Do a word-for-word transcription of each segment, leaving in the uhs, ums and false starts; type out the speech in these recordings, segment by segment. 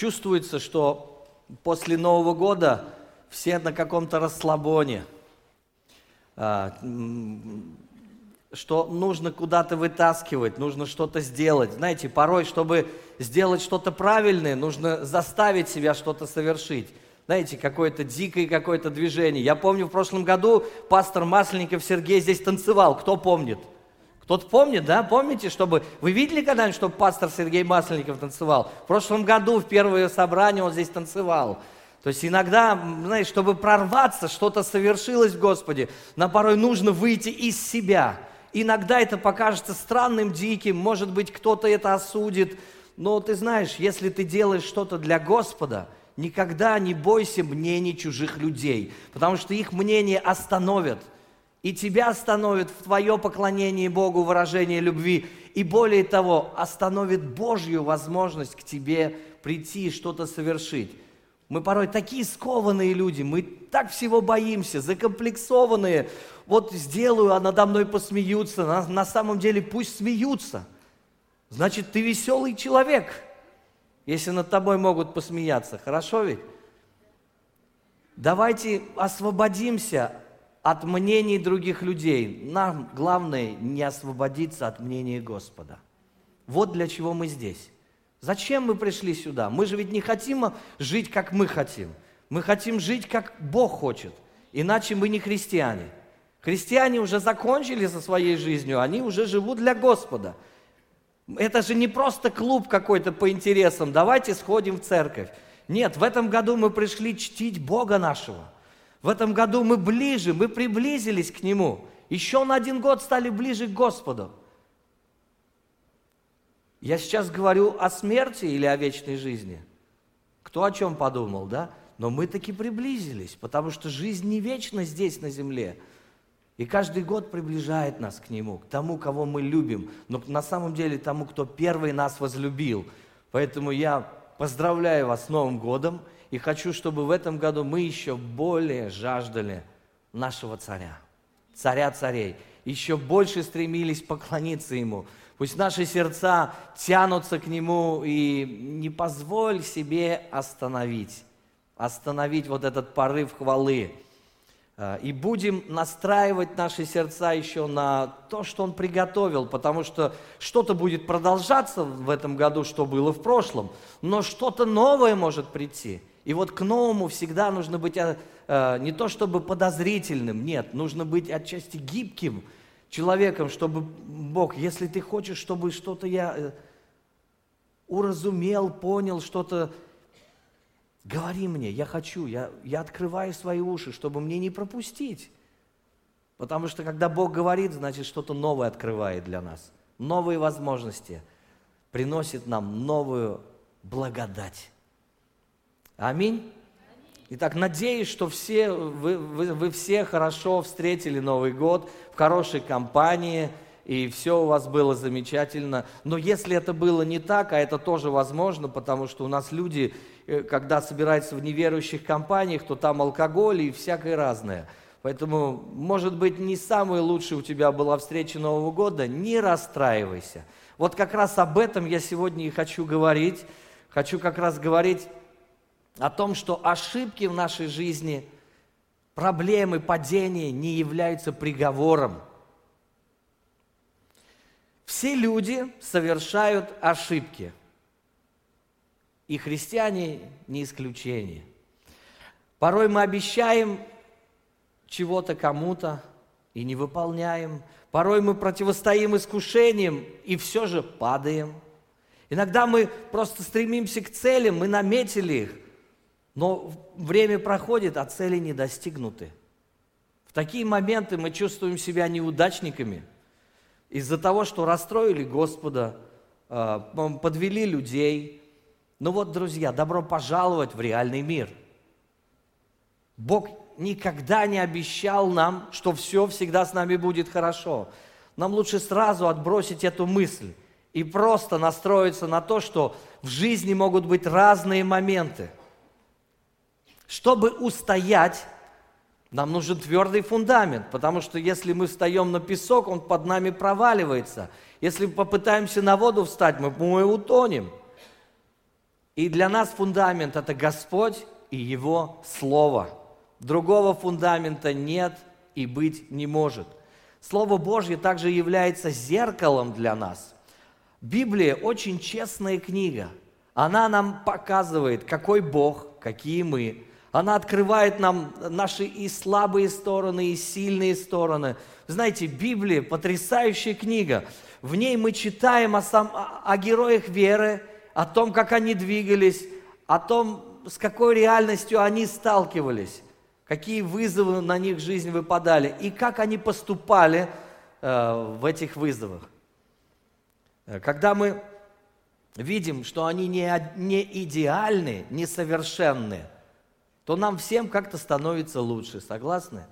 чувствуется, что после Нового года все на каком-то расслабоне, что нужно куда-то вытаскивать, нужно что-то сделать. Знаете, порой, чтобы сделать что-то правильное, нужно заставить себя что-то совершить. Знаете, какое-то дикое какое-то движение. Я помню, в прошлом году пастор Масленников Сергей здесь танцевал. Кто помнит? Кто-то помнит, да? Помните, чтобы... Вы видели когда-нибудь, чтобы пастор Сергей Масленников танцевал? В прошлом году, в первое собрание, он здесь танцевал. То есть иногда, знаете, чтобы прорваться, что-то совершилось в Господе, нам порой нужно выйти из себя. Иногда это покажется странным, диким, может быть, кто-то это осудит. Но ты знаешь, если ты делаешь что-то для Господа, никогда не бойся мнений чужих людей, потому что их мнение остановят. И тебя остановит в твое поклонение Богу, выражение любви. И более того, остановит Божью возможность к тебе прийти и что-то совершить. Мы порой такие скованные люди, мы так всего боимся, закомплексованные. Вот сделаю, а надо мной посмеются. На, на самом деле пусть смеются. Значит, ты веселый человек, если над тобой могут посмеяться. Хорошо ведь? Давайте освободимся от мнений других людей. Нам главное не освободиться от мнения Господа. Вот для чего мы здесь. Зачем мы пришли сюда? Мы же ведь не хотим жить, как мы хотим. Мы хотим жить, как Бог хочет. Иначе мы не христиане. Христиане уже закончили со своей жизнью, они уже живут для Господа. Это же не просто клуб какой-то по интересам. Давайте сходим в церковь. Нет, в этом году мы пришли чтить Бога нашего. В этом году мы ближе, мы приблизились к Нему. Еще на один год стали ближе к Господу. Я сейчас говорю о смерти или о вечной жизни? Кто о чем подумал, да? Но мы таки приблизились, потому что жизнь не вечна здесь, на земле. И каждый год приближает нас к Нему, к тому, кого мы любим, но на самом деле тому, кто первый нас возлюбил. Поэтому я поздравляю вас с Новым годом и хочу, чтобы в этом году мы еще более жаждали нашего Царя, Царя царей, еще больше стремились поклониться Ему. Пусть наши сердца тянутся к Нему, и не позволь себе остановить, остановить вот этот порыв хвалы. И будем настраивать наши сердца еще на то, что Он приготовил, потому что что-то будет продолжаться в этом году, что было в прошлом, но что-то новое может прийти. И вот к новому всегда нужно быть не то чтобы подозрительным, нет, нужно быть отчасти гибким человеком, чтобы Бог, если Ты хочешь, чтобы что-то я уразумел, понял, что-то... Говори мне, я хочу, я, я открываю свои уши, чтобы мне не пропустить. Потому что когда Бог говорит, значит, что-то новое открывает для нас. Новые возможности приносит нам новую благодать. Аминь. Итак, надеюсь, что все, вы, вы, вы все хорошо встретили Новый год в хорошей компании, и все у вас было замечательно. Но если это было не так, а это тоже возможно, потому что у нас люди, когда собираются в неверующих компаниях, то там алкоголь и всякое разное. Поэтому, может быть, не самая лучшая у тебя была встреча Нового года, не расстраивайся. Вот как раз об этом я сегодня и хочу говорить. Хочу как раз говорить о том, что ошибки в нашей жизни, проблемы, падения не являются приговором. Все люди совершают ошибки, и христиане не исключение. Порой мы обещаем чего-то кому-то и не выполняем. Порой мы противостоим искушениям и все же падаем. Иногда мы просто стремимся к целям, мы наметили их, но время проходит, а цели не достигнуты. В такие моменты мы чувствуем себя неудачниками из-за того, что расстроили Господа, подвели людей. Ну вот, друзья, добро пожаловать в реальный мир. Бог никогда не обещал нам, что все всегда с нами будет хорошо. Нам лучше сразу отбросить эту мысль и просто настроиться на то, что в жизни могут быть разные моменты. Чтобы устоять, нам нужен твердый фундамент, потому что если мы встаем на песок, он под нами проваливается. Если мы попытаемся на воду встать, мы, мы утонем. И для нас фундамент – это Господь и Его Слово. Другого фундамента нет и быть не может. Слово Божье также является зеркалом для нас. Библия очень честная книга. Она нам показывает, какой Бог, какие мы. Она открывает нам наши и слабые стороны, и сильные стороны. Знаете, Библия – потрясающая книга. В ней мы читаем о, сам, о героях веры, о том, как они двигались, о том, с какой реальностью они сталкивались, какие вызовы на них в жизнь выпадали, и как они поступали э, в этих вызовах. Когда мы видим, что они не, не идеальны, не совершенны, то нам всем как-то становится лучше. Согласны?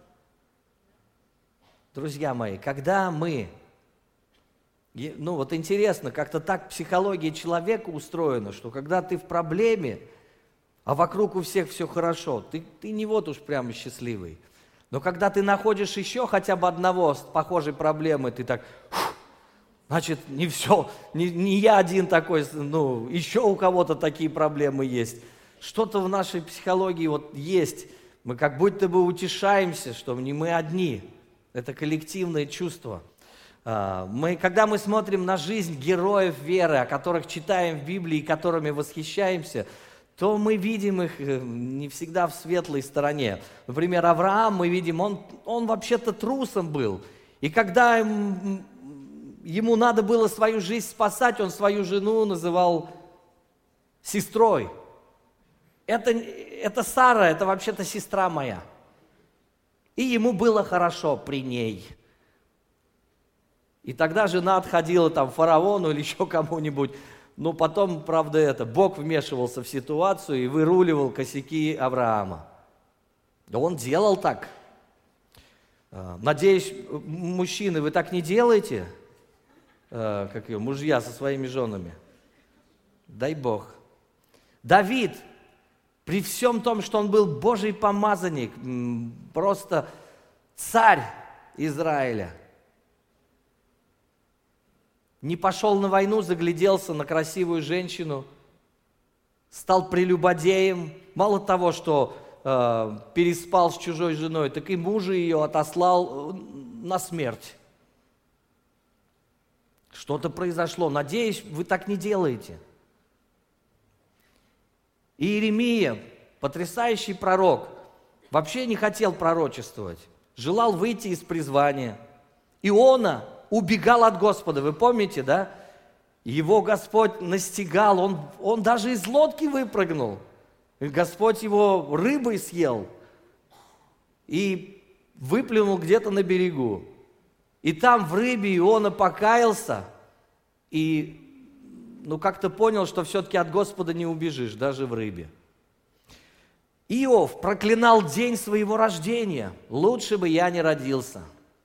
Друзья мои, когда мы... Ну вот интересно, как-то так психология человека устроена, что когда ты в проблеме, а вокруг у всех все хорошо, ты, ты не вот уж прямо счастливый. Но когда ты находишь еще хотя бы одного с похожей проблемой, ты так... Значит, не все, не, не я один такой, ну, еще у кого-то такие проблемы есть. Что-то в нашей психологии вот есть. Мы как будто бы утешаемся, что не мы одни. Это коллективное чувство. Мы, когда мы смотрим на жизнь героев веры, о которых читаем в Библии и которыми восхищаемся, то мы видим их не всегда в светлой стороне. Например, Авраам, мы видим, он, он вообще-то трусом был. И когда ему надо было свою жизнь спасать, он свою жену называл сестрой. Это, это Сара, это вообще-то сестра моя. И ему было хорошо при ней. И тогда жена отходила там фараону или еще кому-нибудь. Но потом, правда, это, Бог вмешивался в ситуацию и выруливал косяки Авраама. Да он делал так. Надеюсь, мужчины, вы так не делаете, как ее, мужья со своими женами. Дай Бог. Давид, при всем том, что он был Божий помазанник, просто царь Израиля, не пошел на войну, загляделся на красивую женщину, стал прелюбодеем. Мало того, что э, переспал с чужой женой, так и мужа ее отослал на смерть. Что-то произошло. Надеюсь, вы так не делаете. И Иеремия, потрясающий пророк, вообще не хотел пророчествовать, желал выйти из призвания. Иона убегал от Господа, вы помните, да? Его Господь настигал, он, он даже из лодки выпрыгнул. И Господь его рыбой съел и выплюнул где-то на берегу. И там в рыбе Иона покаялся и ну, как-то понял, что все-таки от Господа не убежишь, даже в рыбе. Иов проклинал день своего рождения. Лучше бы я не родился.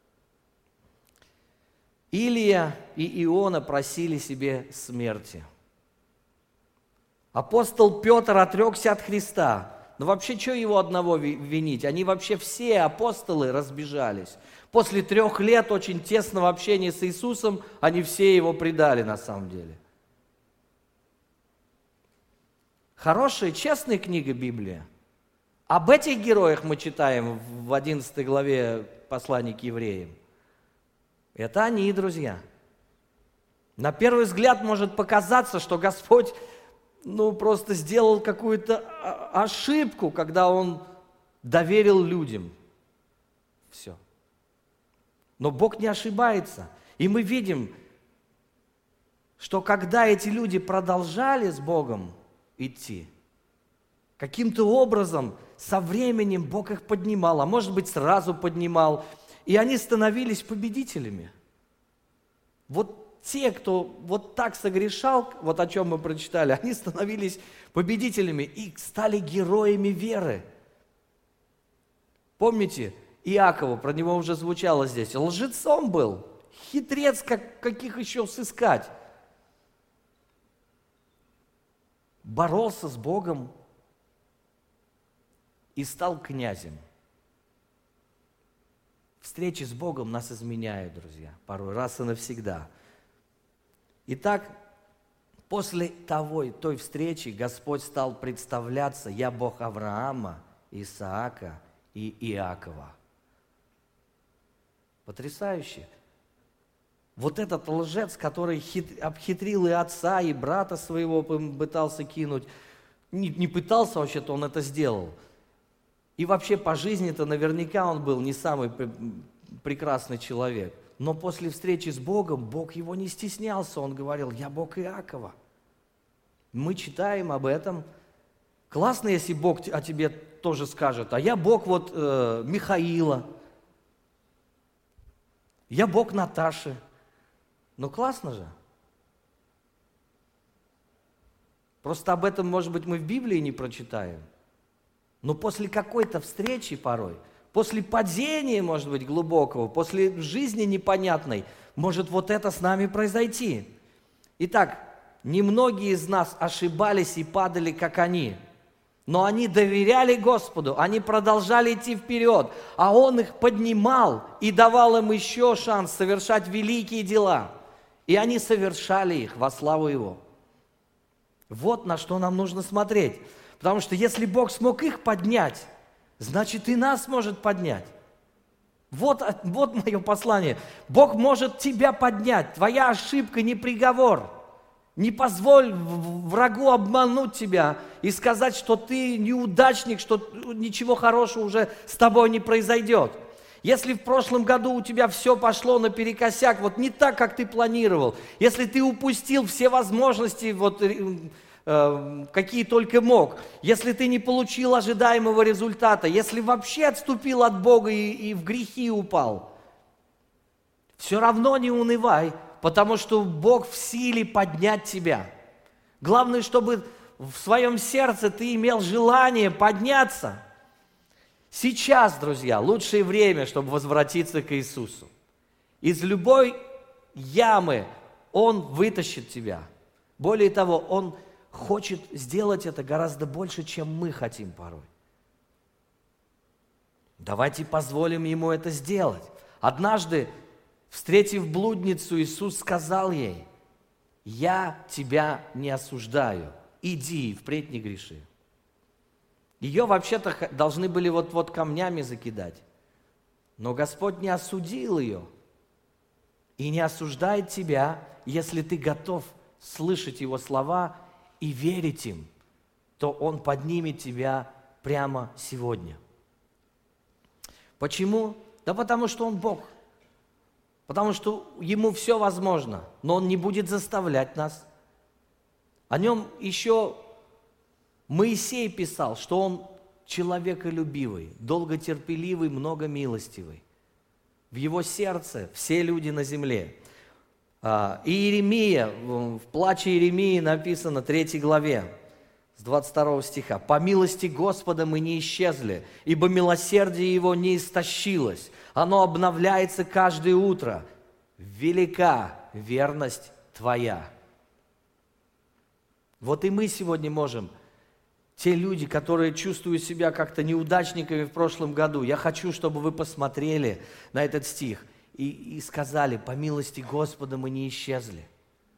Илия и Иона просили себе смерти. Апостол Петр отрекся от Христа. Но вообще, что его одного винить? Они вообще все апостолы разбежались. После трех лет очень тесного общения с Иисусом, они все его предали на самом деле. Хорошая, честная книга Библия. Об этих героях мы читаем в одиннадцатой главе послания к евреям. Это они, друзья. На первый взгляд может показаться, что Господь ну, просто сделал какую-то ошибку, когда Он доверил людям все. Но Бог не ошибается. И мы видим, что когда эти люди продолжали с Богом идти, каким-то образом со временем Бог их поднимал, а может быть сразу поднимал, и они становились победителями. Вот те, кто вот так согрешал, вот о чем мы прочитали, они становились победителями и стали героями веры. Помните Иакова, про него уже звучало здесь, лжецом был, хитрец, как, каких еще сыскать. Боролся с Богом и стал князем. Встречи с Богом нас изменяют, друзья, порой раз и навсегда. Итак, После того, той встречи Господь стал представляться: «Я Бог Авраама, Исаака и Иакова». Потрясающе. Вот этот лжец, который хит, обхитрил и отца, и брата своего пытался кинуть, не, не пытался вообще-то, он это сделал. И вообще по жизни-то наверняка он был не самый прекрасный человек. Но после встречи с Богом, Бог его не стеснялся, он говорил: «Я Бог Иакова». Мы читаем об этом. Классно, если Бог о тебе тоже скажет: «А я Бог вот э, Михаила, я Бог Наташи». Ну классно же. Просто об этом, может быть, мы в Библии не прочитаем. Но после какой-то встречи порой, после падения, может быть, глубокого, после жизни непонятной, может вот это с нами произойти. Итак, немногие из нас ошибались и падали, как они. Но они доверяли Господу, они продолжали идти вперед, а Он их поднимал и давал им еще шанс совершать великие дела. И они совершали их во славу Его. Вот на что нам нужно смотреть. Потому что если Бог смог их поднять, значит и нас может поднять. Вот, вот мое послание. Бог может тебя поднять. Твоя ошибка не приговор. Не позволь врагу обмануть тебя и сказать, что ты неудачник, что ничего хорошего уже с тобой не произойдет. Если в прошлом году у тебя все пошло наперекосяк, вот не так, как ты планировал, если ты упустил все возможности, вот, э, какие только мог, если ты не получил ожидаемого результата, если вообще отступил от Бога и, и в грехи упал, все равно не унывай, потому что Бог в силе поднять тебя. Главное, чтобы в своем сердце ты имел желание подняться. Сейчас, друзья, лучшее время, чтобы возвратиться к Иисусу. Из любой ямы Он вытащит тебя. Более того, Он хочет сделать это гораздо больше, чем мы хотим порой. Давайте позволим Ему это сделать. Однажды, встретив блудницу, Иисус сказал ей: «Я тебя не осуждаю, иди, впредь не греши». Ее вообще-то должны были вот-вот камнями закидать. Но Господь не осудил ее и не осуждает тебя, если ты готов слышать Его слова и верить им, то Он поднимет тебя прямо сегодня. Почему? Да потому что Он Бог. Потому что Ему все возможно, но Он не будет заставлять нас. О Нем еще Моисей писал, что он человеколюбивый, долготерпеливый, многомилостивый. В его сердце все люди на земле. И Иеремия, в плаче Иеремии написано, третьей главе, с двадцать второго стиха: «По милости Господа мы не исчезли, ибо милосердие Его не истощилось, оно обновляется каждое утро. Велика верность Твоя». Вот и мы сегодня можем, те люди, которые чувствуют себя как-то неудачниками в прошлом году, я хочу, чтобы вы посмотрели на этот стих и, и сказали: «По милости Господа мы не исчезли.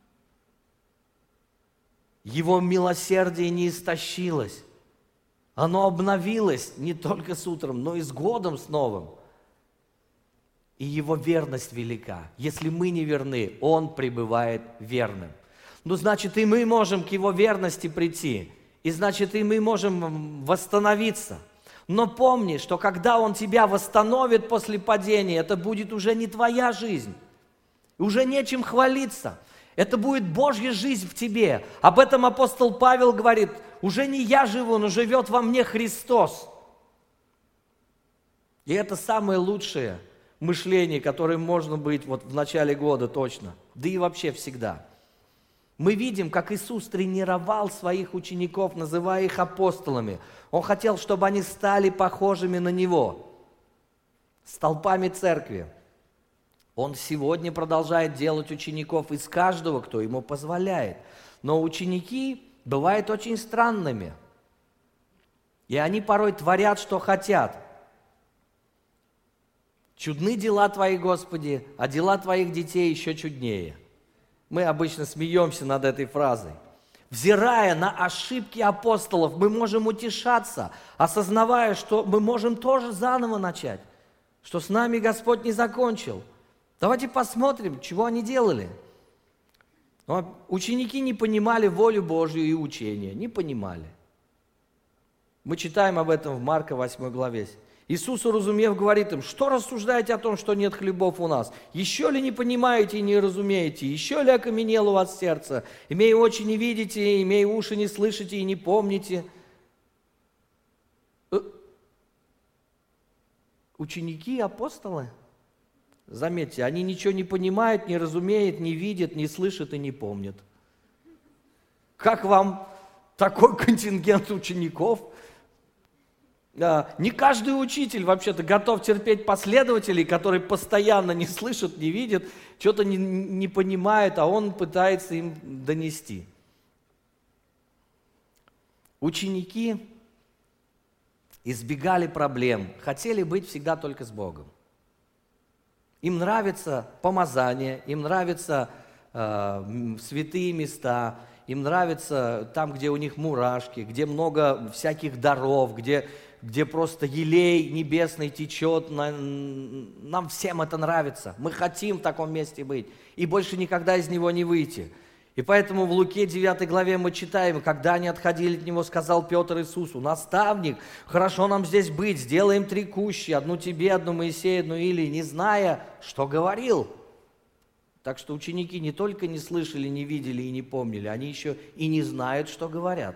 Его милосердие не истощилось. Оно обновилось не только с утром, но и с годом с новым. И Его верность велика. Если мы не верны, Он пребывает верным». Ну, значит, и мы можем к Его верности прийти. И значит, и мы можем восстановиться. Но помни, что когда Он тебя восстановит после падения, это будет уже не твоя жизнь. Уже нечем хвалиться. Это будет Божья жизнь в тебе. Об этом апостол Павел говорит: уже не я живу, но живет во мне Христос. И это самое лучшее мышление, которое можно быть вот в начале года точно. Да и вообще всегда. Мы видим, как Иисус тренировал своих учеников, называя их апостолами. Он хотел, чтобы они стали похожими на Него, столпами церкви. Он сегодня продолжает делать учеников из каждого, кто Ему позволяет. Но ученики бывают очень странными. И они порой творят, что хотят. Чудны дела Твои, Господи, а дела Твоих детей еще чуднее. Мы обычно смеемся над этой фразой. Взирая на ошибки апостолов, мы можем утешаться, осознавая, что мы можем тоже заново начать, что с нами Господь не закончил. Давайте посмотрим, чего они делали. Но ученики не понимали волю Божью и учения, не понимали. Мы читаем об этом в Марка восьмой главе. Иисус, уразумев, говорит им: что рассуждаете о том, что нет хлебов у нас? Еще ли не понимаете и не разумеете? Еще ли окаменело у вас сердце? Имея очи не видите, имея уши не слышите и не помните? Ученики, апостолы, заметьте, они ничего не понимают, не разумеют, не видят, не слышат и не помнят. Как вам такой контингент учеников? Не каждый учитель вообще-то готов терпеть последователей, которые постоянно не слышат, не видят, что-то не, не понимают, а он пытается им донести. Ученики избегали проблем, хотели быть всегда только с Богом. Им нравится помазание, им нравятся э, святые места, им нравится там, где у них мурашки, где много всяких даров, где... где просто елей небесный течет, нам всем это нравится. Мы хотим в таком месте быть и больше никогда из него не выйти. И поэтому в Луке девятой главе мы читаем: когда они отходили от него, сказал Петр Иисусу: наставник, хорошо нам здесь быть, сделаем три кущи, одну тебе, одну Моисею, одну Илии, не зная, что говорил. Так что ученики не только не слышали, не видели и не помнили, они еще и не знают, что говорят.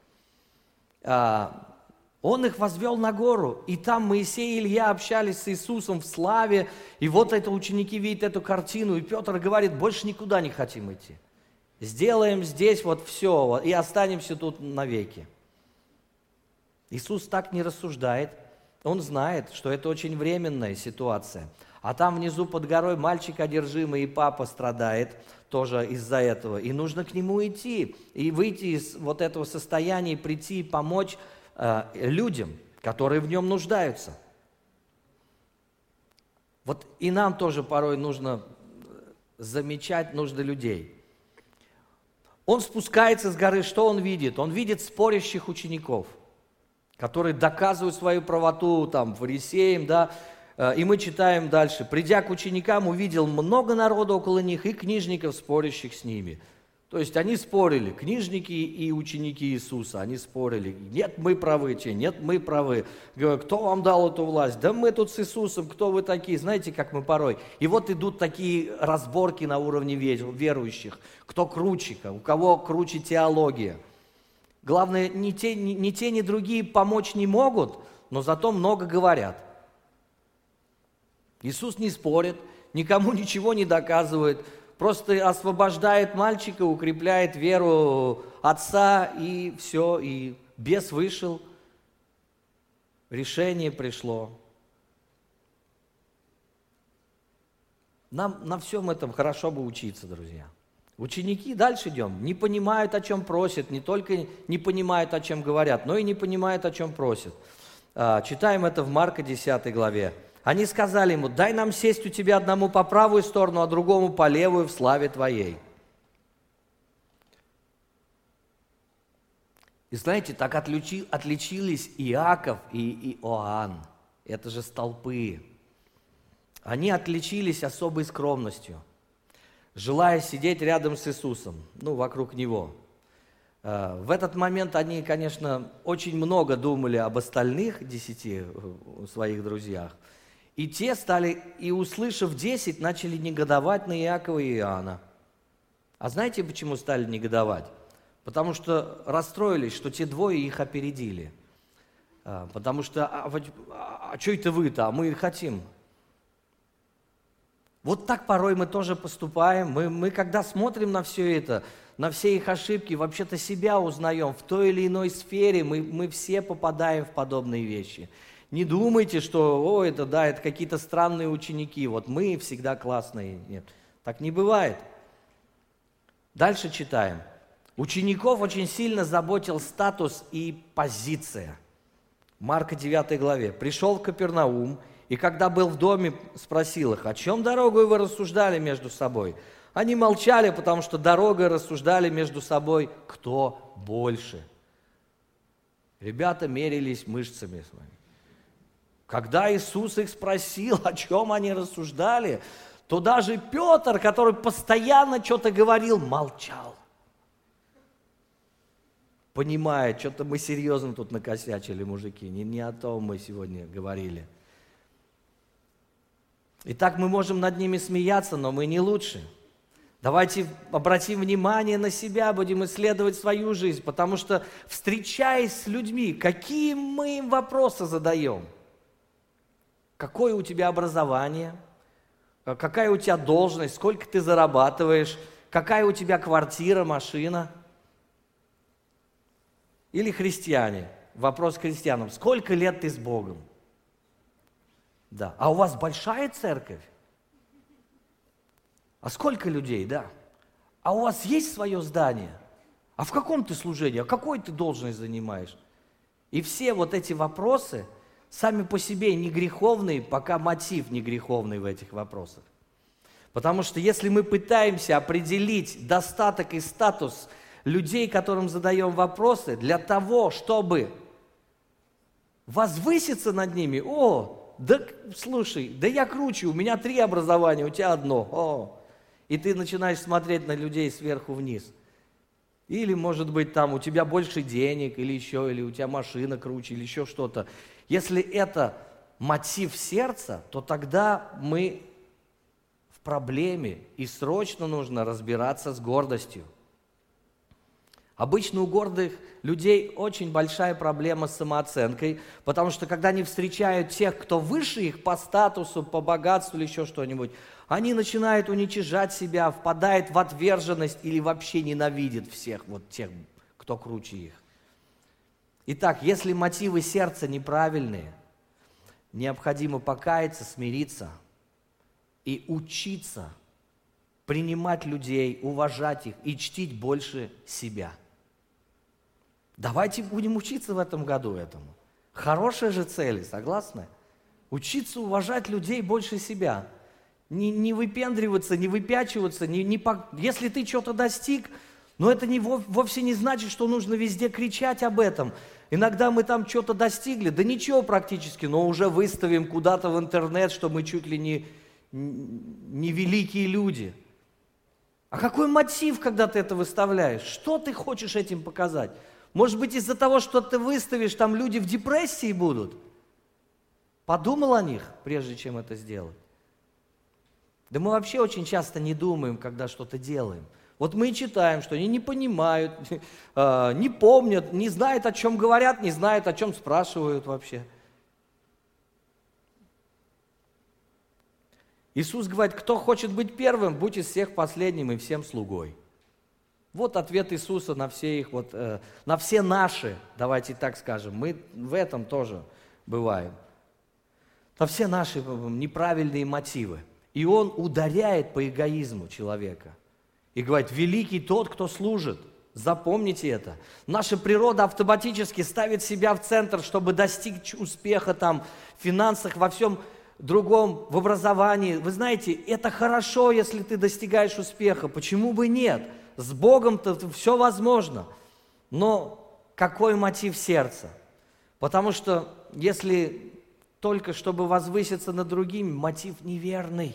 Он их возвел на гору, и там Моисей и Илья общались с Иисусом в славе, и вот это ученики видят эту картину, и Петр говорит: больше никуда не хотим идти. Сделаем здесь вот все, и останемся тут навеки. Иисус так не рассуждает, Он знает, что это очень временная ситуация. А там внизу под горой мальчик одержимый, и папа страдает тоже из-за этого, и нужно к нему идти, и выйти из вот этого состояния, и прийти и помочь людям, которые в нем нуждаются. Вот и нам тоже порой нужно замечать нужды людей. Он спускается с горы, что он видит? Он видит спорящих учеников, которые доказывают свою правоту там, фарисеям, да, и мы читаем дальше. Придя к ученикам, увидел много народа около них и книжников, спорящих с ними. То есть они спорили, книжники и ученики Иисуса, они спорили. Нет, мы правы, те, нет, мы правы. Говорят: кто вам дал эту власть? Да мы тут с Иисусом, кто вы такие? Знаете, как мы порой. И вот идут такие разборки на уровне верующих. Кто круче, у кого круче теология. Главное, ни те, ни, ни те, ни другие помочь не могут, но зато много говорят. Иисус не спорит, никому ничего не доказывает. Просто освобождает мальчика, укрепляет веру отца, и все, и бес вышел, решение пришло. Нам на всем этом хорошо бы учиться, друзья. Ученики, дальше идем, не понимают, о чем просят, не только не понимают, о чем говорят, но и не понимают, о чем просят. Читаем это в Марка десятой главе. Они сказали ему: дай нам сесть у тебя одному по правую сторону, а другому по левую в славе твоей. И знаете, так отличи, отличились Иаков и Иоанн. Это же столпы. Они отличились особой скромностью, желая сидеть рядом с Иисусом, ну, вокруг Него. В этот момент они, конечно, очень много думали об остальных десяти своих друзьях. И те стали, и услышав десять, начали негодовать на Иакова и Иоанна. А знаете, почему стали негодовать? Потому что расстроились, что те двое их опередили. Потому что, а, а, а что это вы-то, а мы хотим. Вот так порой мы тоже поступаем. Мы, мы когда смотрим на все это, на все их ошибки, вообще-то себя узнаем. В той или иной сфере мы, мы все попадаем в подобные вещи. Не думайте, что, о, это да, это какие-то странные ученики, вот мы всегда классные. Нет, так не бывает. Дальше читаем. Учеников очень сильно заботил статус и позиция. Марка девятой главе. Пришел в Капернаум, и когда был в доме, спросил их: о чем дорогой вы рассуждали между собой? Они молчали, потому что дорогой рассуждали между собой, кто больше. Ребята мерились мышцами с вами. Когда Иисус их спросил, о чем они рассуждали, то даже Петр, который постоянно что-то говорил, молчал. Понимая, что-то мы серьезно тут накосячили, мужики, не, не о том мы сегодня говорили. Итак, мы можем над ними смеяться, но мы не лучше. Давайте обратим внимание на себя, будем исследовать свою жизнь, потому что, встречаясь с людьми, какие мы им вопросы задаем? Какое у тебя образование? Какая у тебя должность? Сколько ты зарабатываешь? Какая у тебя квартира, машина? Или христиане? Вопрос к христианам. Сколько лет ты с Богом? Да. А у вас большая церковь? А сколько людей, да? А у вас есть свое здание? А в каком ты служении? А какую ты должность занимаешь? И все вот эти вопросы сами по себе не греховные, пока мотив не греховный в этих вопросах. Потому что если мы пытаемся определить достаток и статус людей, которым задаем вопросы, для того, чтобы возвыситься над ними, о, да слушай, да я круче, у меня три образования, у тебя одно, о. И ты начинаешь смотреть на людей сверху вниз. Или, может быть, там у тебя больше денег, или еще, или у тебя машина круче, или еще что-то. Если это мотив сердца, то тогда мы в проблеме, и срочно нужно разбираться с гордостью. Обычно у гордых людей очень большая проблема с самооценкой, потому что когда они встречают тех, кто выше их по статусу, по богатству или еще что-нибудь, они начинают уничижать себя, впадают в отверженность или вообще ненавидят всех вот тех, кто круче их. Итак, если мотивы сердца неправильные, необходимо покаяться, смириться и учиться принимать людей, уважать их и чтить больше себя. Давайте будем учиться в этом году этому. Хорошая же цель, согласны? Учиться уважать людей больше себя. Не, не выпендриваться, не выпячиваться. Не, не по... Если ты что-то достиг, но это не, вовсе не значит, что нужно везде кричать об этом. Иногда мы там что-то достигли, да ничего практически, но уже выставим куда-то в интернет, что мы чуть ли не, не великие люди. А какой мотив, когда ты это выставляешь? Что ты хочешь этим показать? Может быть, из-за того, что ты выставишь, там люди в депрессии будут? Подумал о них, прежде чем это сделать? Да мы вообще очень часто не думаем, когда что-то делаем. Вот мы и читаем, что они не понимают, не помнят, не знают, о чем говорят, не знают, о чем спрашивают вообще. Иисус говорит, кто хочет быть первым, будь из всех последним и всем слугой. Вот ответ Иисуса на все их, вот, э, на все наши, давайте так скажем, мы в этом тоже бываем, на все наши неправильные мотивы. И Он ударяет по эгоизму человека. И говорит, великий тот, кто служит. Запомните это. Наша природа автоматически ставит себя в центр, чтобы достичь успеха там, в финансах, во всем другом, в образовании. Вы знаете, это хорошо, если ты достигаешь успеха. Почему бы нет? С Богом-то все возможно. Но какой мотив сердца? Потому что если только чтобы возвыситься над другими, мотив неверный.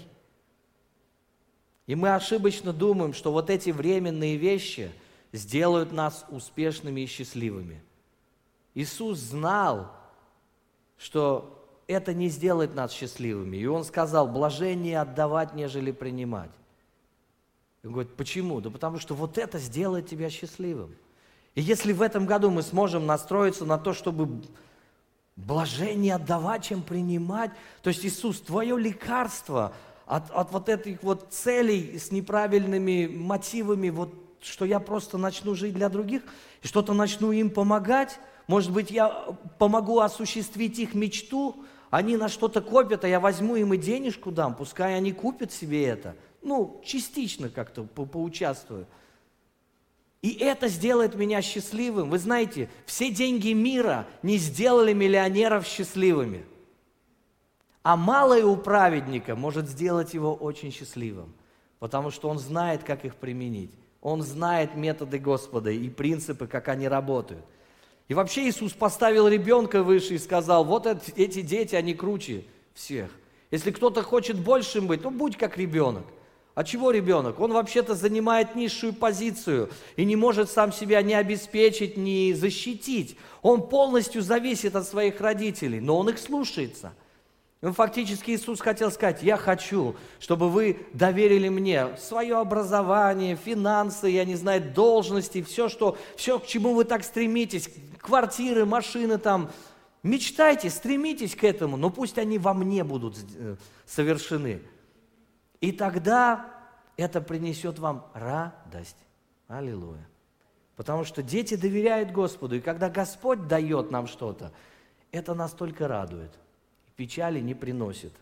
И мы ошибочно думаем, что вот эти временные вещи сделают нас успешными и счастливыми. Иисус знал, что это не сделает нас счастливыми. И Он сказал, блажение отдавать, нежели принимать. Он говорит, почему? Да потому что вот это сделает тебя счастливым. И если в этом году мы сможем настроиться на то, чтобы блажение отдавать, чем принимать, то есть, Иисус, Твое лекарство от, от вот этих вот целей с неправильными мотивами, вот, что я просто начну жить для других, и что-то начну им помогать, может быть, я помогу осуществить их мечту, они на что-то копят, а я возьму им и денежку дам, пускай они купят себе это. Ну, частично как-то по поучаствую. И это сделает меня счастливым. Вы знаете, все деньги мира не сделали миллионеров счастливыми. А малое у праведника может сделать его очень счастливым. потому что Он знает, как их применить. Он знает методы Господа и принципы, как они работают. И вообще Иисус поставил ребенка выше и сказал, вот эти дети, они круче всех. Если кто-то хочет большим быть, то будь как ребенок. А чего ребенок? Он вообще-то занимает низшую позицию и не может сам себя ни обеспечить, ни защитить. Он полностью зависит от своих родителей, но он их слушается. Ну, фактически Иисус хотел сказать, я хочу, чтобы вы доверили мне свое образование, финансы, я не знаю, должности, все, что, все, к чему вы так стремитесь, квартиры, машины там. Мечтайте, стремитесь к этому, но пусть они во мне будут совершены. И тогда это принесет вам радость. Аллилуйя. Потому что дети доверяют Господу, и когда Господь дает нам что-то, это нас только радует. Печали не приносит.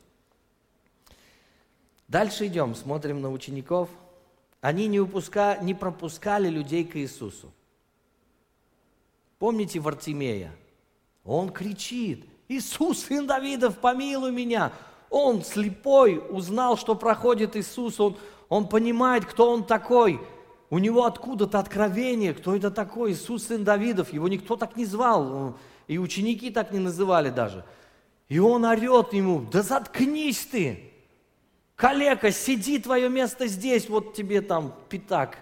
Дальше идем, смотрим на учеников. Они не, упуска, не пропускали людей к Иисусу. Помните Вартимея? Он кричит, Иисус, сын Давидов, помилуй меня. Он слепой, узнал, что проходит Иисус, он, он понимает, кто он такой. У него откуда-то откровение, кто это такой, Иисус, сын Давидов. Его никто так не звал, и ученики так не называли даже. И он орет ему, да заткнись ты, калека, сиди, твое место здесь, вот тебе там пятак,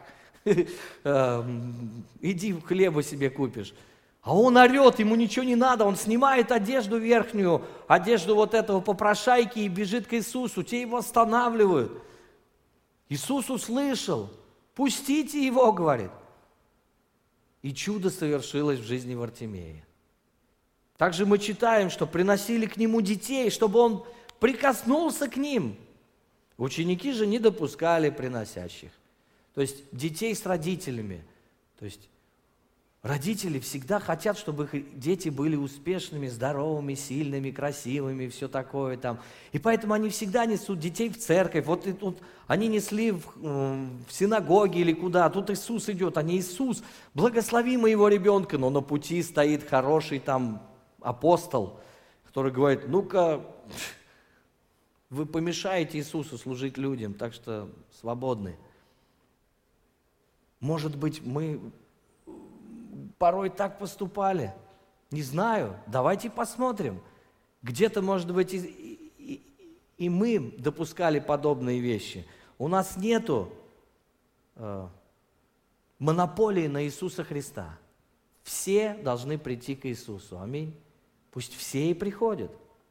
иди хлеба себе купишь. А он орет, ему ничего не надо, он снимает одежду верхнюю, одежду вот этого попрошайки и бежит к Иисусу, те его останавливают. Иисус услышал, пустите его, говорит. И чудо совершилось в жизни Вартимея. Также мы читаем, что приносили к нему детей, чтобы он прикоснулся к ним. Ученики же не допускали приносящих. То есть детей с родителями. То есть родители всегда хотят, чтобы их дети были успешными, здоровыми, сильными, красивыми, все такое там. И поэтому они всегда несут детей в церковь. Вот и тут они несли в, в синагоге или куда. Тут Иисус идет, а не Иисус. Благослови моего ребенка, но на пути стоит хороший там апостол, который говорит, ну-ка, вы помешаете Иисусу служить людям, так что свободны. Может быть, мы порой так поступали, не знаю, давайте посмотрим. Где-то, может быть, и, и, и мы допускали подобные вещи. У нас нету э, монополии на Иисуса Христа. Все должны прийти к Иисусу. Аминь. Пусть все и приходят.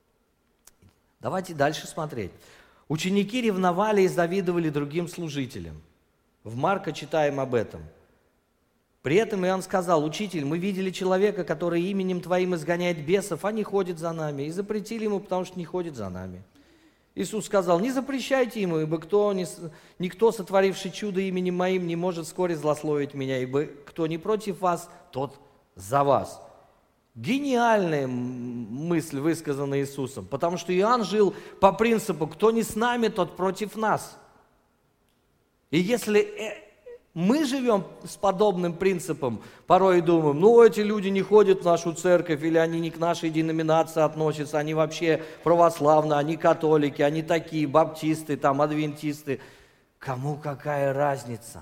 Давайте дальше смотреть. Ученики ревновали и завидовали другим служителям. В Марка читаем об этом. При этом Иоанн сказал, учитель, мы видели человека, который именем Твоим изгоняет бесов, а не ходит за нами. И запретили ему, потому что не ходит за нами. Иисус сказал, не запрещайте ему, ибо кто, не, никто, сотворивший чудо именем Моим, не может вскоре злословить Меня, ибо кто не против вас, тот за вас. Гениальная мысль, высказанная Иисусом, потому что Иоанн жил по принципу, кто не с нами, тот против нас. И если мы живем с подобным принципом, порой думаем, ну эти люди не ходят в нашу церковь, или они не к нашей деноминации относятся, они вообще православные, они католики, они такие, баптисты, там, адвентисты. Кому какая разница?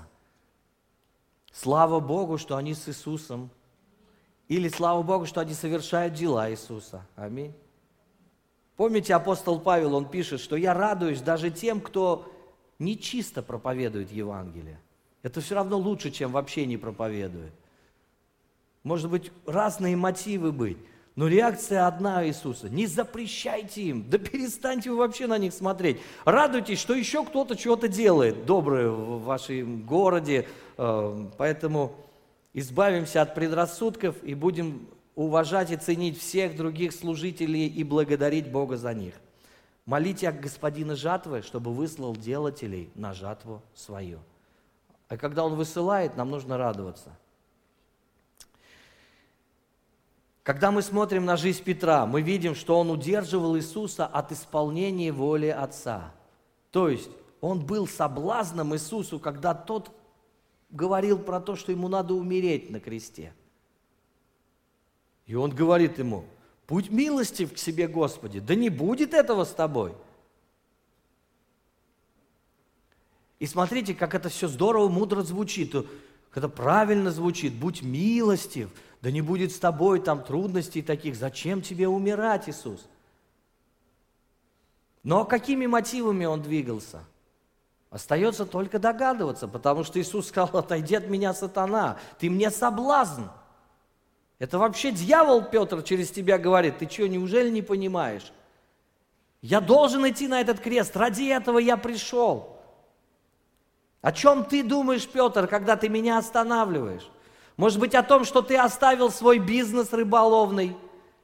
Слава Богу, что они с Иисусом. Или слава Богу, что они совершают дела Иисуса. Аминь. Помните, апостол Павел, он пишет, что я радуюсь даже тем, кто нечисто проповедует Евангелие. Это все равно лучше, чем вообще не проповедует. Может быть, разные мотивы быть, но реакция одна Иисуса. Не запрещайте им, да перестаньте вы вообще на них смотреть. Радуйтесь, что еще кто-то чего-то делает доброе в вашем городе, поэтому избавимся от предрассудков и будем уважать и ценить всех других служителей и благодарить Бога за них. Молите Господина жатвы, чтобы выслал делателей на жатву свою. А когда Он высылает, нам нужно радоваться. Когда мы смотрим на жизнь Петра, мы видим, что он удерживал Иисуса от исполнения воли Отца. То есть он был соблазном Иисусу, когда тот говорил про то, что ему надо умереть на кресте. И он говорит ему, будь милостив к себе, Господи, да не будет этого с тобой. И смотрите, как это все здорово, мудро звучит. Это правильно звучит. Будь милостив, да не будет с тобой там трудностей таких. Зачем тебе умирать, Иисус? Но какими мотивами он двигался? Остается только догадываться, потому что Иисус сказал: отойди от меня, сатана, ты мне соблазн. Это вообще дьявол, Петр, через тебя говорит. Ты что, неужели не понимаешь? Я должен идти на этот крест, ради этого я пришел. О чем ты думаешь, Петр, когда ты меня останавливаешь? Может быть, о том, что ты оставил свой бизнес рыболовный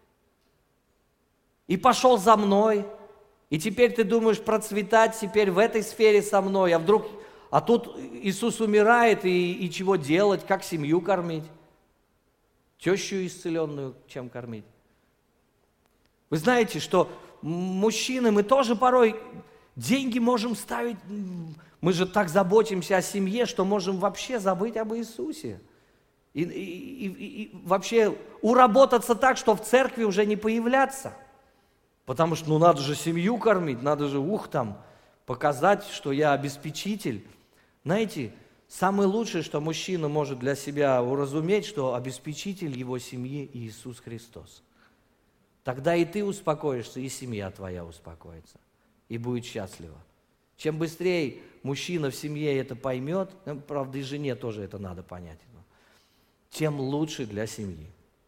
и пошел за мной, и теперь ты думаешь процветать теперь в этой сфере со мной, а вдруг, а тут Иисус умирает, и, и чего делать, как семью кормить? Тещу исцеленную чем кормить? Вы знаете, что мужчины, мы тоже порой деньги можем ставить, мы же так заботимся о семье, что можем вообще забыть об Иисусе. И, и, и, и вообще уработаться так, что в церкви уже не появляться. Потому что ну надо же семью кормить, надо же, ух, там, показать, что я обеспечитель. Знаете, самое лучшее, что мужчина может для себя уразуметь, что обеспечитель его семьи Иисус Христос. Тогда и ты успокоишься, и семья твоя успокоится, и будет счастлива. Чем быстрее мужчина в семье это поймет, правда и жене тоже это надо понять, тем лучше для семьи.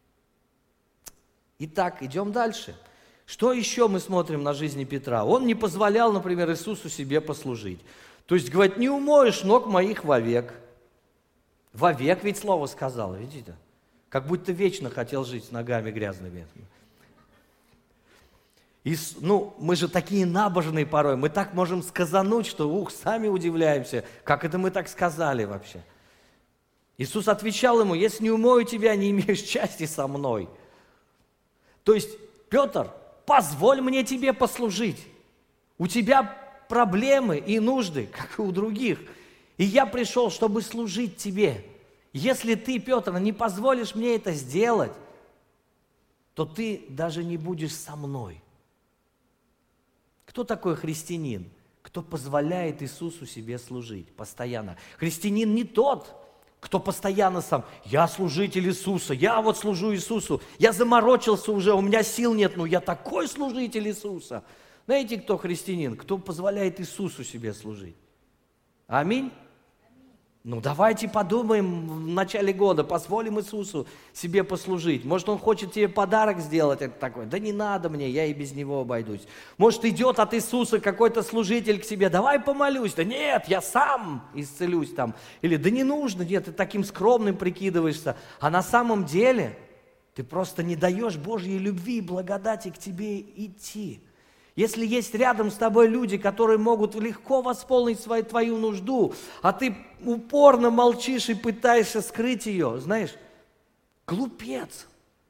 Итак, идем дальше. Что еще мы смотрим на жизни Петра? Он не позволял, например, Иисусу себе послужить. То есть, говорит, не умоешь ног моих вовек. Вовек ведь слово сказал, видите? Как будто вечно хотел жить с ногами грязными. И, ну, мы же такие набожные порой, мы так можем сказануть, что, ух, сами удивляемся, как это мы так сказали вообще. Иисус отвечал ему: если не умою тебя, не имеешь части со мной. То есть, Петр, позволь мне тебе послужить. У тебя проблемы и нужды, как и у других. И я пришел, чтобы служить тебе. Если ты, Петр, не позволишь мне это сделать, то ты даже не будешь со мной. Кто такой христианин? Кто позволяет Иисусу себе служить постоянно? Христианин не тот, кто постоянно сам: я служитель Иисуса, я вот служу Иисусу, я заморочился уже, у меня сил нет, но я такой служитель Иисуса. Знаете, кто христианин? Кто позволяет Иисусу себе служить? Аминь? Ну, давайте подумаем в начале года, позволим Иисусу себе послужить. Может, Он хочет тебе подарок сделать, это такой: да не надо мне, я и без Него обойдусь. Может, идет от Иисуса какой-то служитель к себе: давай помолюсь. Да нет, я сам исцелюсь там. Или да не нужно, нет, ты таким скромным прикидываешься. А на самом деле ты просто не даешь Божьей любви и благодати к тебе идти. Если есть рядом с тобой люди, которые могут легко восполнить свою, твою нужду, а ты упорно молчишь и пытаешься скрыть ее, знаешь, глупец.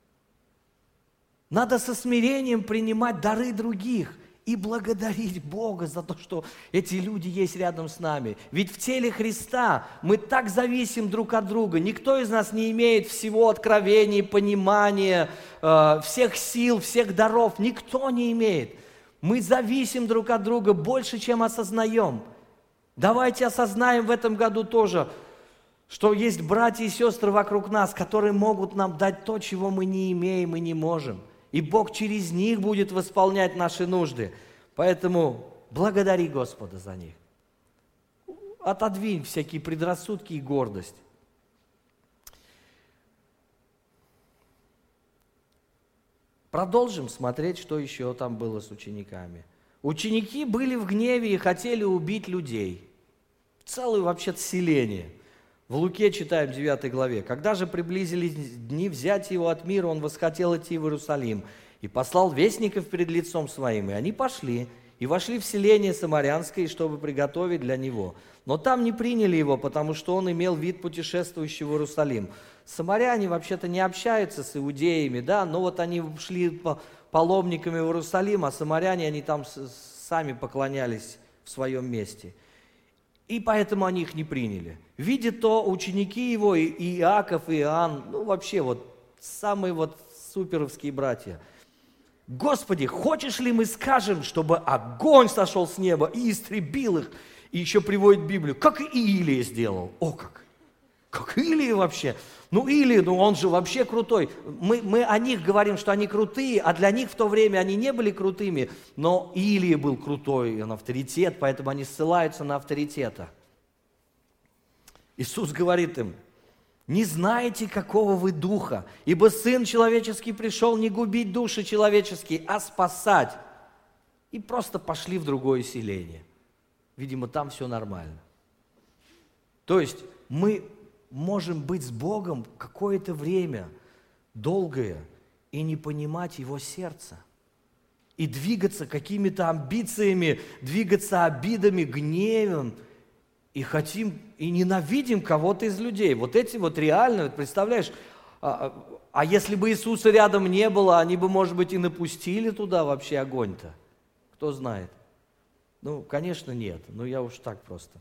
Надо со смирением принимать дары других и благодарить Бога за то, что эти люди есть рядом с нами. Ведь в теле Христа мы так зависим друг от друга. Никто из нас не имеет всего откровения, понимания, э, всех сил, всех даров. Никто не имеет. Мы зависим друг от друга больше, чем осознаем. Давайте осознаем в этом году тоже, что есть братья и сестры вокруг нас, которые могут нам дать то, чего мы не имеем и не можем. И Бог через них будет восполнять наши нужды. Поэтому благодари Господа за них. Отодвинь всякие предрассудки и гордость. Продолжим смотреть, что еще там было с учениками. Ученики были в гневе и хотели убить людей. Целое вообще-то селение. В Луке читаем в девятой главе. «Когда же приблизились дни взять его от мира, он восхотел идти в Иерусалим и послал вестников перед лицом своим. И они пошли и вошли в селение Самарянское, чтобы приготовить для него. Но там не приняли его, потому что он имел вид путешествующего в Иерусалим». Самаряне вообще-то не общаются с иудеями, да, но вот они шли паломниками в Иерусалим, а самаряне, они там сами поклонялись в своем месте. И поэтому они их не приняли. Видя то, ученики его, и Иаков, и Иоанн, ну вообще вот самые вот суперовские братья: «Господи, хочешь ли мы скажем, чтобы огонь сошел с неба и истребил их?» И еще приводит Библию, как Илия сделал. О, как! Как Илия вообще? Ну, Илия, ну он же вообще крутой. Мы, мы о них говорим, что они крутые, а для них в то время они не были крутыми, но Илия был крутой, он авторитет, поэтому они ссылаются на авторитета. Иисус говорит им, не знаете, какого вы духа, ибо Сын Человеческий пришел не губить души человеческие, а спасать. И просто пошли в другое селение. Видимо, там все нормально. То есть мы можем быть с Богом какое-то время, долгое, и не понимать Его сердца. И двигаться какими-то амбициями, двигаться обидами, гневом, и хотим, и ненавидим кого-то из людей. Вот эти вот реально, представляешь, а, а если бы Иисуса рядом не было, они бы, может быть, и напустили туда вообще огонь-то. Кто знает? Ну, конечно, нет. Ну, я уж так просто.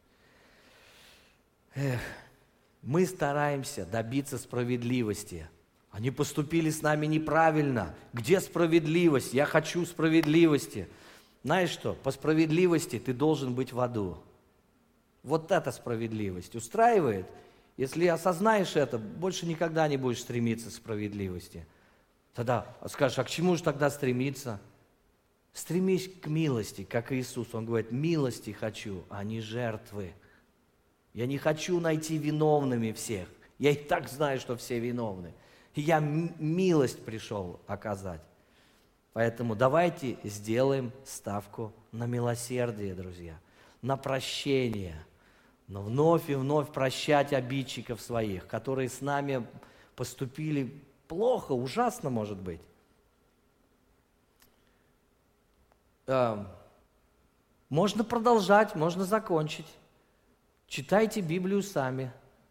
Эх. Мы стараемся добиться справедливости. Они поступили с нами неправильно. Где справедливость? Я хочу справедливости. Знаешь что? По справедливости ты должен быть в аду. Вот эта справедливость устраивает. Если осознаешь это, больше никогда не будешь стремиться к справедливости. Тогда скажешь, а к чему же тогда стремиться? Стремись к милости, как Иисус. Он говорит, милости хочу, а не жертвы. Я не хочу найти виновными всех. Я и так знаю, что все виновны. Я милость пришел оказать. Поэтому давайте сделаем ставку на милосердие, друзья, на прощение. Но вновь и вновь прощать обидчиков своих, которые с нами поступили плохо, ужасно, может быть. Можно продолжать, можно закончить. Читайте Библию сами,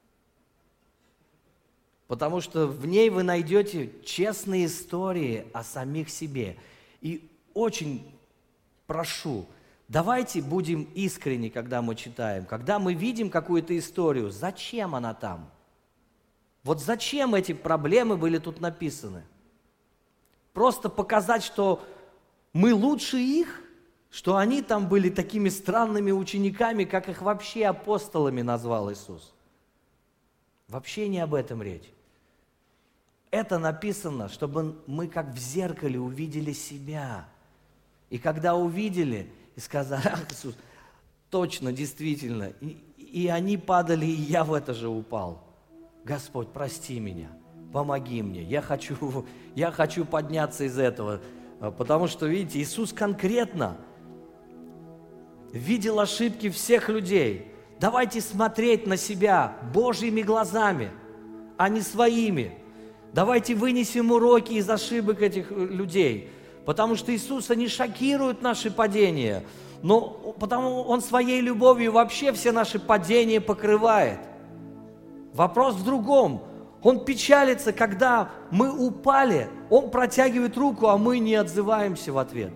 потому что в ней вы найдете честные истории о самих себе. И очень прошу, давайте будем искренни, когда мы читаем, когда мы видим какую-то историю, зачем она там? Вот зачем эти проблемы были тут написаны? Просто показать, что мы лучше их? Что они там были такими странными учениками, как их вообще апостолами назвал Иисус. Вообще не об этом речь. Это написано, чтобы мы как в зеркале увидели себя. И когда увидели, и сказали, ах, Иисус, точно, действительно, и, и они падали, и я в это же упал. Господь, прости меня, помоги мне, я хочу, я хочу подняться из этого. Потому что, видите, Иисус конкретно видел ошибки всех людей. Давайте смотреть на себя Божьими глазами, а не своими. Давайте вынесем уроки из ошибок этих людей, потому что Иисуса не шокируют наши падения, но потому Он своей любовью вообще все наши падения покрывает. Вопрос в другом. Он печалится, когда мы упали, Он протягивает руку, а мы не отзываемся в ответ.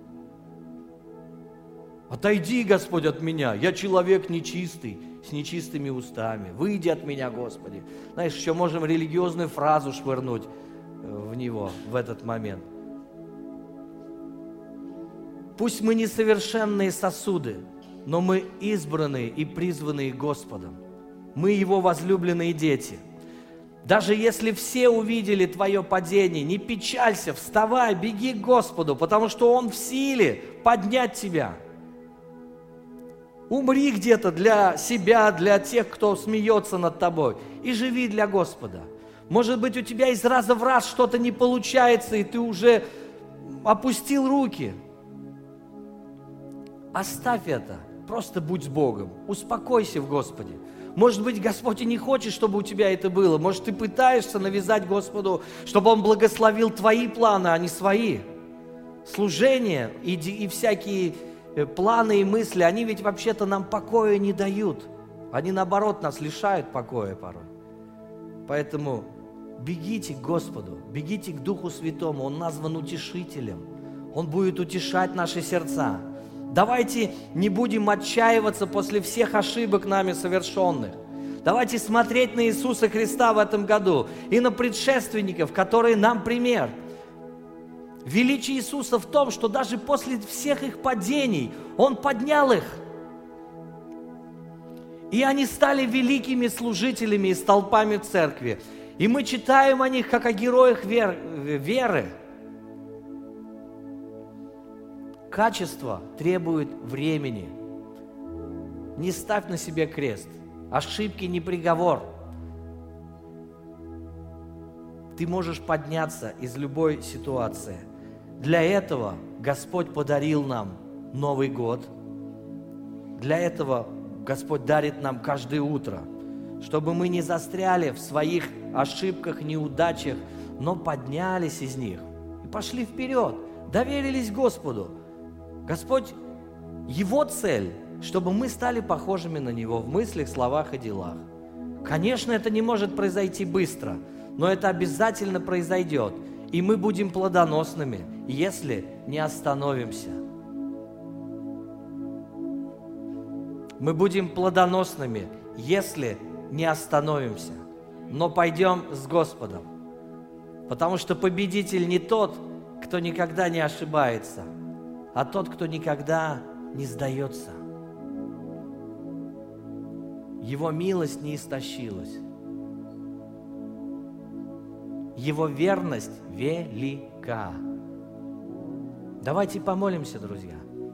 Отойди, Господь, от меня, я человек нечистый, с нечистыми устами. Выйди от меня, Господи. Знаешь, еще можем религиозную фразу швырнуть в него в этот момент. Пусть мы несовершенные сосуды, но мы избранные и призванные Господом. Мы Его возлюбленные дети. Даже если все увидели твое падение, не печалься, вставай, беги к Господу, потому что Он в силе поднять тебя. Умри где-то для себя, для тех, кто смеется над тобой, и живи для Господа. Может быть, у тебя из раза в раз что-то не получается, и ты уже опустил руки. Оставь это, просто будь с Богом, успокойся в Господе. Может быть, Господь и не хочет, чтобы у тебя это было. Может, ты пытаешься навязать Господу, чтобы Он благословил твои планы, а не свои. Служение и, и всякие планы и мысли, они ведь вообще-то нам покоя не дают. Они, наоборот, нас лишают покоя порой. Поэтому бегите к Господу, бегите к Духу Святому. Он назван утешителем. Он будет утешать наши сердца. Давайте не будем отчаиваться после всех ошибок нами совершенных. Давайте смотреть на Иисуса Христа в этом году и на предшественников, которые нам пример. Величие Иисуса в том, что даже после всех их падений Он поднял их. И они стали великими служителями и столпами в церкви. И мы читаем о них, как о героях вер, веры. Качество требует времени. Не ставь на себе крест. Ошибки не приговор. Ты можешь подняться из любой ситуации. Для этого Господь подарил нам Новый год. Для этого Господь дарит нам каждое утро, чтобы мы не застряли в своих ошибках, неудачах, но поднялись из них и пошли вперед, доверились Господу. Господь, Его цель, чтобы мы стали похожими на Него в мыслях, словах и делах. Конечно, это не может произойти быстро, но это обязательно произойдет, и мы будем плодоносными, если не остановимся. Мы будем плодоносными, если не остановимся, но пойдем с Господом. Потому что победитель не тот, кто никогда не ошибается, а тот, кто никогда не сдается. Его милость не истощилась. Его верность велика. Давайте помолимся, друзья.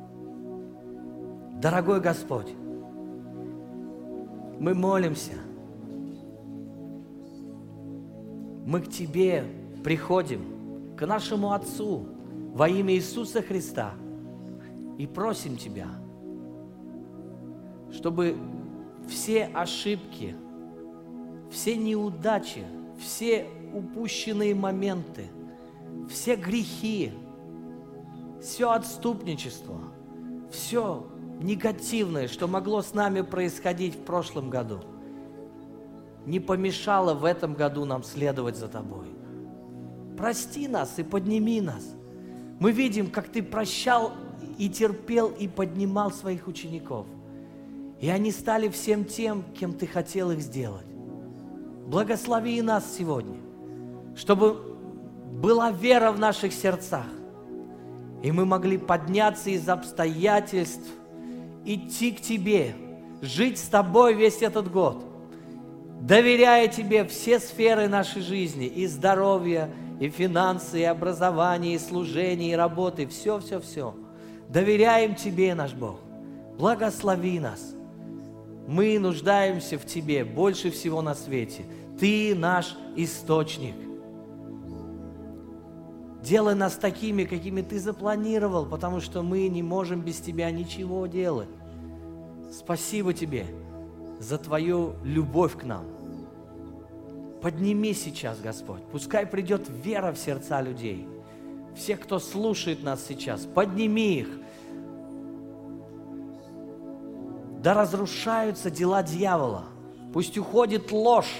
Дорогой Господь, мы молимся. Мы к Тебе приходим, к нашему Отцу, во имя Иисуса Христа, и просим Тебя, чтобы все ошибки, все неудачи, все упущенные моменты, все грехи, все отступничество, все негативное, что могло с нами происходить в прошлом году, не помешало в этом году нам следовать за Тобой. Прости нас и подними нас. Мы видим, как Ты прощал и терпел и поднимал своих учеников. И они стали всем тем, кем Ты хотел их сделать. Благослови нас сегодня, чтобы была вера в наших сердцах, и мы могли подняться из обстоятельств, идти к Тебе, жить с Тобой весь этот год, доверяя Тебе все сферы нашей жизни, и здоровья, и финансы, и образование, и служение, и работы, все-все-все. Доверяем Тебе, наш Бог. Благослови нас. Мы нуждаемся в Тебе больше всего на свете. Ты наш источник. Делай нас такими, какими Ты запланировал, потому что мы не можем без Тебя ничего делать. Спасибо Тебе за Твою любовь к нам. Подними сейчас, Господь. Пускай придет вера в сердца людей. Все, кто слушает нас сейчас, подними их. Да разрушаются дела дьявола. Пусть уходит ложь.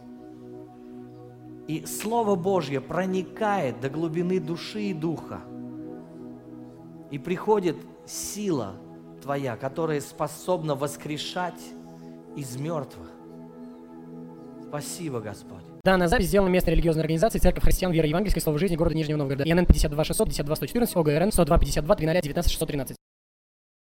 И Слово Божье проникает до глубины души и духа. И приходит сила Твоя, которая способна воскрешать из мертвых. Спасибо, Господь. Данная запись сделана местной религиозной организацией Церковь Христиан Веры Евангельской Слова Жизни города Нижнего Новгорода. ИНН пятьдесят два шестьсот, пятьдесят два сто четырнадцать, ОГРН сто два пятьдесят два триста девятнадцать шестьсот тринадцать.